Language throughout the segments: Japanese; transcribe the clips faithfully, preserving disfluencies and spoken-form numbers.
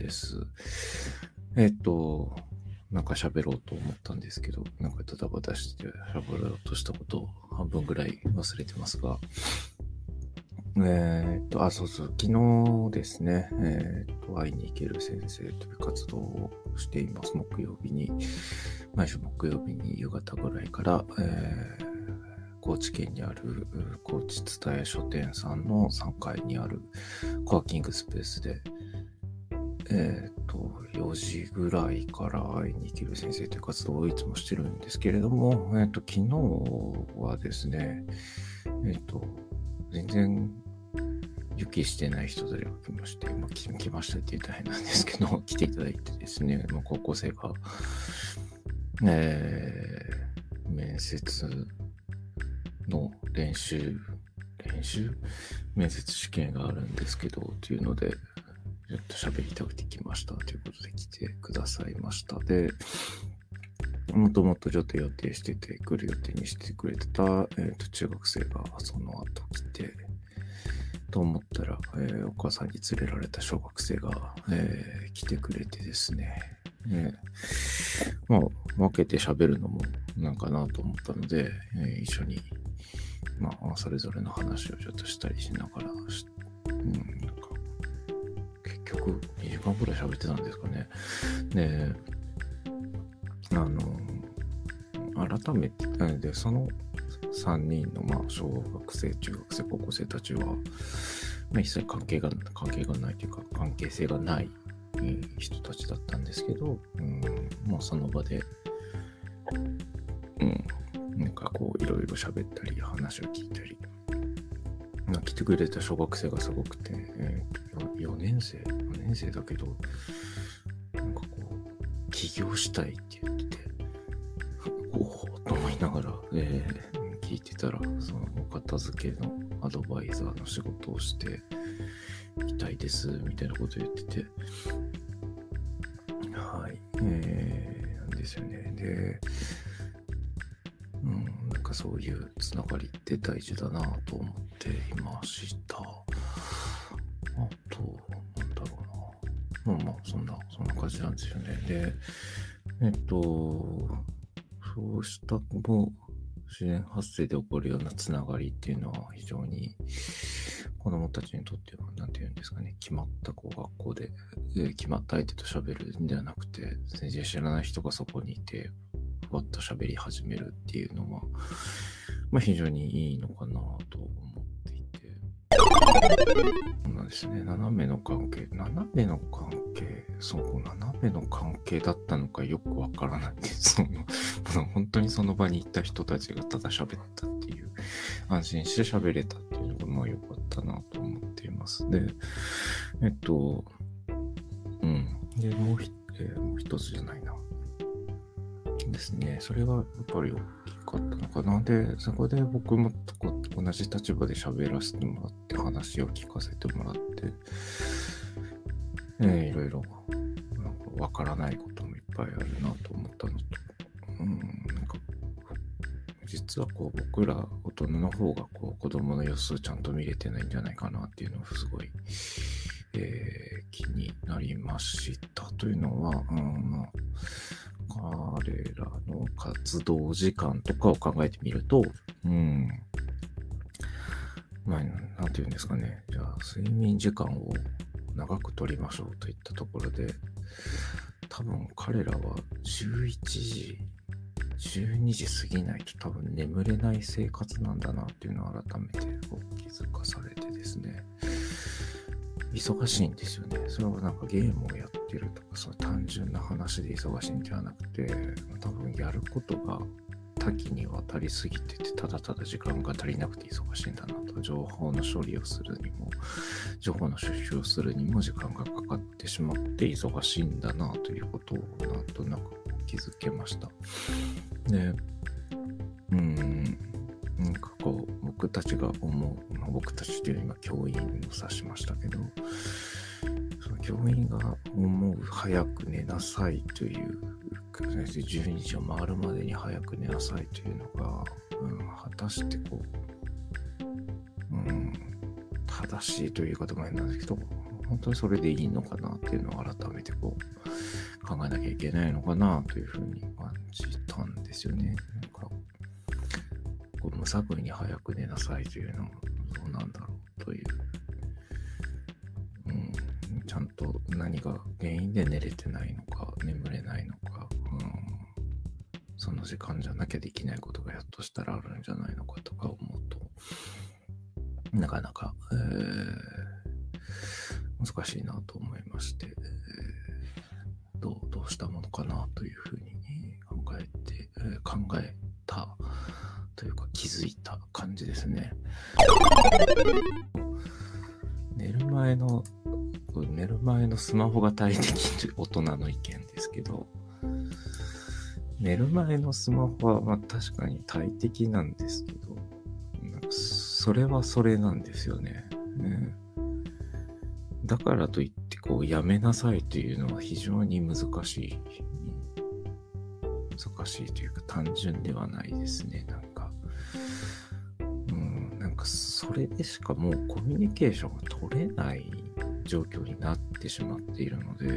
です。えっと、なんか喋ろうと思ったんですけど、なんかドタバタして喋ろうとしたことを半分ぐらい忘れてますが、えっと、あ、そうそう、昨日ですね、えっと、会いに行ける先生という活動をしています。木曜日に、毎週木曜日に夕方ぐらいから、えー高知県にある高知蔦屋書店さんのさんがいにあるコワーキングスペースで、えっと、よじぐらいから会いに行ける先生という活動をいつもしてるんですけれども、えっと、昨日はですね、えっと、全然、予期してない人たちが来まして、まあ、来来ましたって言ったら変なんですけど、来ていただいてですね、まあ、高校生が、えー、面接の練習、練習面接試験があるんですけど、というので、ちょっと喋りたくて来ましたということで来てくださいました。で、もともとちょっと予定してて、来る予定にしてくれてた、えー、と中学生がその後来て、と思ったら、えー、お母さんに連れられた小学生が、えー、来てくれてですね、えー、まあ分けて喋るのもなんかなと思ったので、えー、一緒に、まあ、それぞれの話をちょっとしたりしながら、うん、なんか結局にじかんくらい喋ってたんですかね。で、あの改めてでそのさんにんのまあ小学生、中学生、高校生たちは、まあ、一切関係が関係がないというか関係性がない人たちだったんですけど、うん、まあその場で、うん、なんかこういろいろ喋ったり話を聞いたり、まあ、来てくれた小学生がすごくて、えー、よねん生、よねん生だけど、なんかこう起業したいって言ってて、おおと思いながら、えー、聞いてたら、そのお片付けのアドバイザーの仕事をしていきたいですみたいなことを言ってて、はい、えー、なんですよね。で、うん、なんかそういうつながりって大事だなと思っていました。あと、なんだろうな。まあまあ、そんな、そんな感じなんですよね。で、えっと、そうしたも自然発生で起こるようなつながりっていうのは非常に子どもたちにとっては何て言うんですかね、決まったこう学校で、えー、決まった相手と喋るんではなくて、全然知らない人がそこにいてふわっと喋り始めるっていうのは、まあ、非常にいいのかなと思っていて、そうなんですね。斜めの関係、斜めの関係、そう、斜めの関係だったのかよくわからないです。その本当にその場に行った人たちがただ喋ったっていう、安心して喋れたっていうのがまあ良かったなと思っています。で、えっと、うん。で、もうひ、えーもう一つじゃないな。ですね。それがやっぱり大きかったのかな。で、そこで僕もこう同じ立場で喋らせてもらって、話を聞かせてもらって、えー、いろいろなんかわからないこともいっぱいあるなと思ったのと、うん、なんか実はこう僕ら大人の方がこう子供の様子をちゃんと見れてないんじゃないかなっていうのをすごい、えー、気になりましたというのは、うんまあ、彼らの活動時間とかを考えてみると、うん、まあ、なんていうんですかね、じゃあ睡眠時間を長く取りましょうといったところで、多分彼らはじゅういちじ、じゅうにじ過ぎないと多分眠れない生活なんだなっていうのを改めてこう気づかされてですね、忙しいんですよね。それはなんかゲームをやってるとか、そういう単純な話で忙しいんではなくて、多分やることが多岐にわたりすぎてて、ただただ時間が足りなくて忙しいんだなと、情報の処理をするにも、情報の収集をするにも時間がかかってしまって忙しいんだなということをなんとなく気づけました。で、うーん、なんかこう、僕たちが思う、まあ、僕たちという今教員を指しましたけど、その教員が思う早く寝なさいという、じゅうにじを回るまでに早く寝なさいというのが、うん、果たしてこう、うん、正しいという言い方も変なんですけど、 本当にそれでいいのかなっていうのを改めてこう考えなきゃいけないのかなというふうに感じたんですよね。なんかこう無作為に早く寝なさいというのもどうなんだろうという、うん、ちゃんと何が原因で寝れてないのか眠れないのか、うん、その時間じゃなきゃできないことがひょっとしたらあるんじゃないのかとか思うとなかなか、えー、難しいなと思いまして、えー、どう、どうしたものかなというふうに考えて、えー、考えたというか気づいた感じですね。寝る前の寝る前のスマホが大敵という大人の意見ですけど、寝る前のスマホはまあ確かに大敵なんですけど、なんかそれはそれなんですよね。ね、だからといってこうやめなさいというのは非常に難しい難しいというか単純ではないですね。なんか、うん、なんかそれでしかもうコミュニケーションが取れない状況になってしまっているので、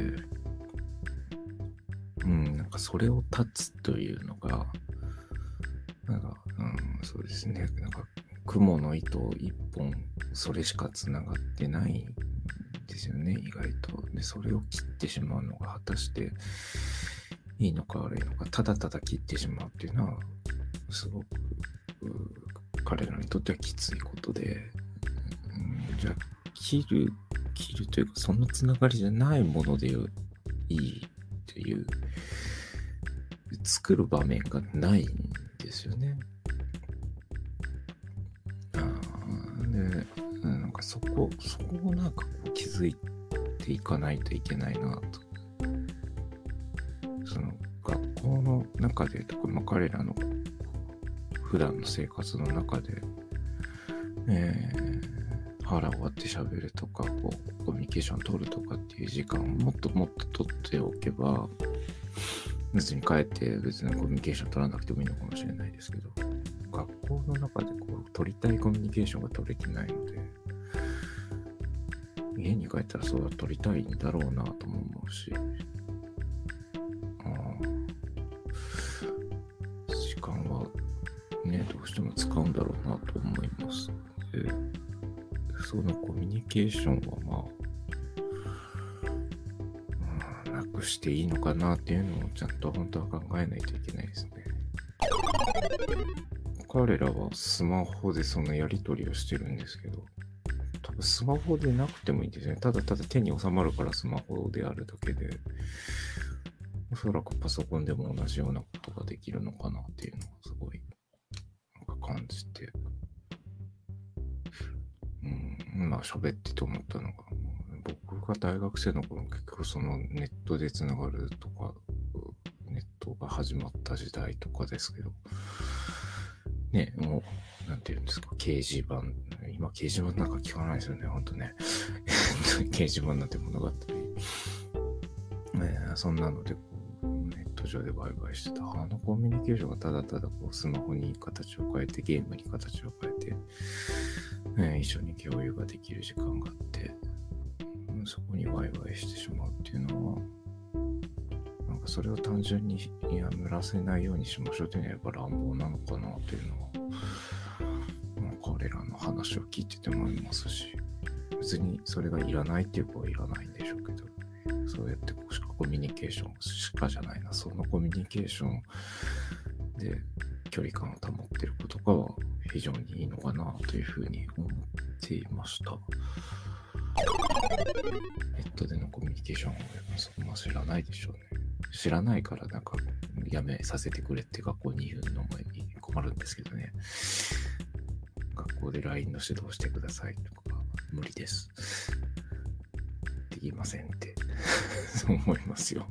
うん、なんかそれを断つというのがなんか、うん、そうですね、なんか雲の糸一本それしかつながってないんですよね、意外と。でそれを切ってしまうのが果たしていいのか悪いのか、ただただ切ってしまうっていうのはすごく彼らにとってはきついことで、うん、じゃあ切る切るというかそのつながりじゃないものでいいっていう作る場面がないんですよね。あで、なんかそこそこをなんかこう気づいていかないといけないなと。その学校の中でとか、まあ、彼らの普段の生活の中で、えー、腹を割って喋るとかこうコミュニケーション取るとかっていう時間をもっともっと取っておけば、別に帰って別にコミュニケーション取らなくてもいいのかもしれないですけど、学校の中でこう取りたいコミュニケーションが取れてないので、家に帰ったらそうだ取りたいんだろうなとも思うし、時間はねどうしても使うんだろうなと思います。でそのコミュニケーションはまあなくしていいのかなっていうのをちゃんと本当は考えないといけないですね。彼らはスマホでそのやり取りをしてるんですけど、多分スマホでなくてもいいんですね。ただただ手に収まるからスマホであるだけで、おそらくパソコンでも同じようなことができるのかなっていうのをすごいなんか感じて、うん、まあ喋ってて思ったのが、僕が大学生の頃結局そのネットでつながるとか、ネットが始まった時代とかですけど、ね、もう、なんていうんですか、掲示板、今掲示板なんか聞かないですよね、ほんとね。掲示板なんてものがあったり、ね、そんなのでこう、ネット上でワイワイしてた、あのコミュニケーションがただただこうスマホに形を変えて、ゲームに形を変えて、ね、一緒に共有ができる時間があって、そこにワイワイしてしまうっていうのは、なんかそれを単純にやめらせないようにしましょうというのはやっぱ乱暴なのかなというのは、まあ、彼らの話を聞いてて思いますし、別にそれがいらないっていう子はいらないんでしょうけど、そうやってこうしかコミュニケーションしかじゃないな、そのコミュニケーションで距離感を保っていることが非常にいいのかなというふうに思っていました。ネットでのコミュニケーションをそこま知らないでしょうね。知らないからなんかやめさせてくれって学校に言うのも困るんですけどね。学校で ライン の指導してくださいとか無理です。できませんってそう思いますよ。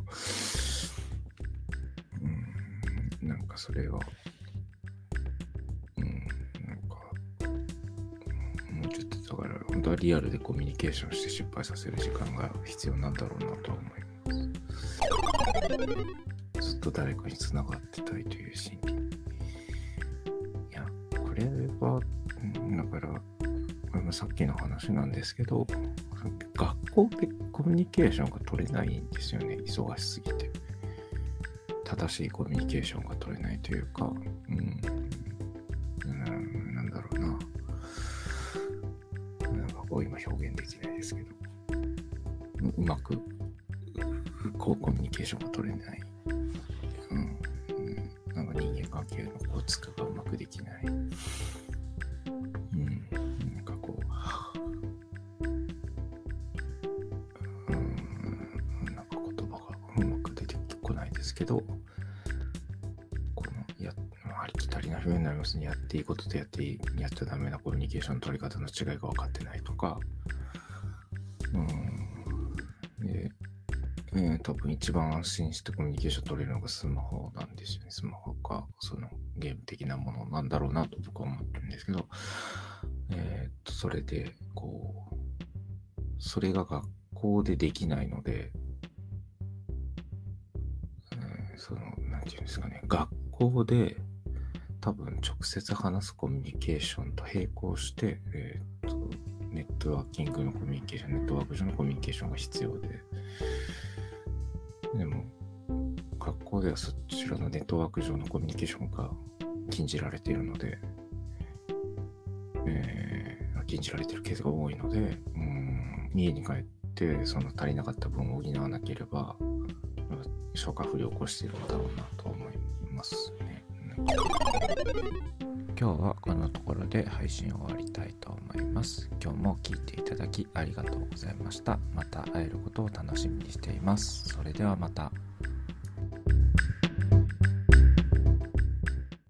うん、なんかそれは、うん、なんかもうちょっとだから本当はリアルでコミュニケーションして失敗させる時間が必要なんだろうなとは思います。ずっと誰かに繋がってたいという心理。いや、これは、だから、 さっきの話なんですけど、学校でコミュニケーションが取れないんですよね、忙しすぎて。正しいコミュニケーションが取れないというか、うん、うん、なんだろうな。なんかこう今表現できないですけど、う, うまくこうコミュニケーションが取れない。うんうん、なんか人間関係の構築がうまくできない。うん、なんかこう、うん、なんか言葉がうまく出てこないですけど、このやありきたりな表現になりますね。やっていいこととやっていい、やっちゃダメなコミュニケーションの取り方の違いが分かってないとか、うん、で、えー、多分一番安心してコミュニケーション取れるのがスマホなんですよね。スマホか、そのゲーム的なものなんだろうなと僕は思ってるんですけど、えー、っと、それで、こう、それが学校でできないので、えー、その、なんていうんですかね、学校で多分直接話すコミュニケーションと並行して、えー、っと、ネットワーキングのコミュニケーション、ネットワーク上のコミュニケーションが必要で、でも、学校ではそちらのネットワーク上のコミュニケーションが禁じられているので、えー、禁じられているケースが多いので、うーん、家に帰ってその足りなかった分を補わなければ、消化不良を起こしているのだろうなと思いますね。今日はこのところで配信を終わりたいと思います。今日も聞いていただきありがとうございました。また会えることを楽しみにしています。それではまた。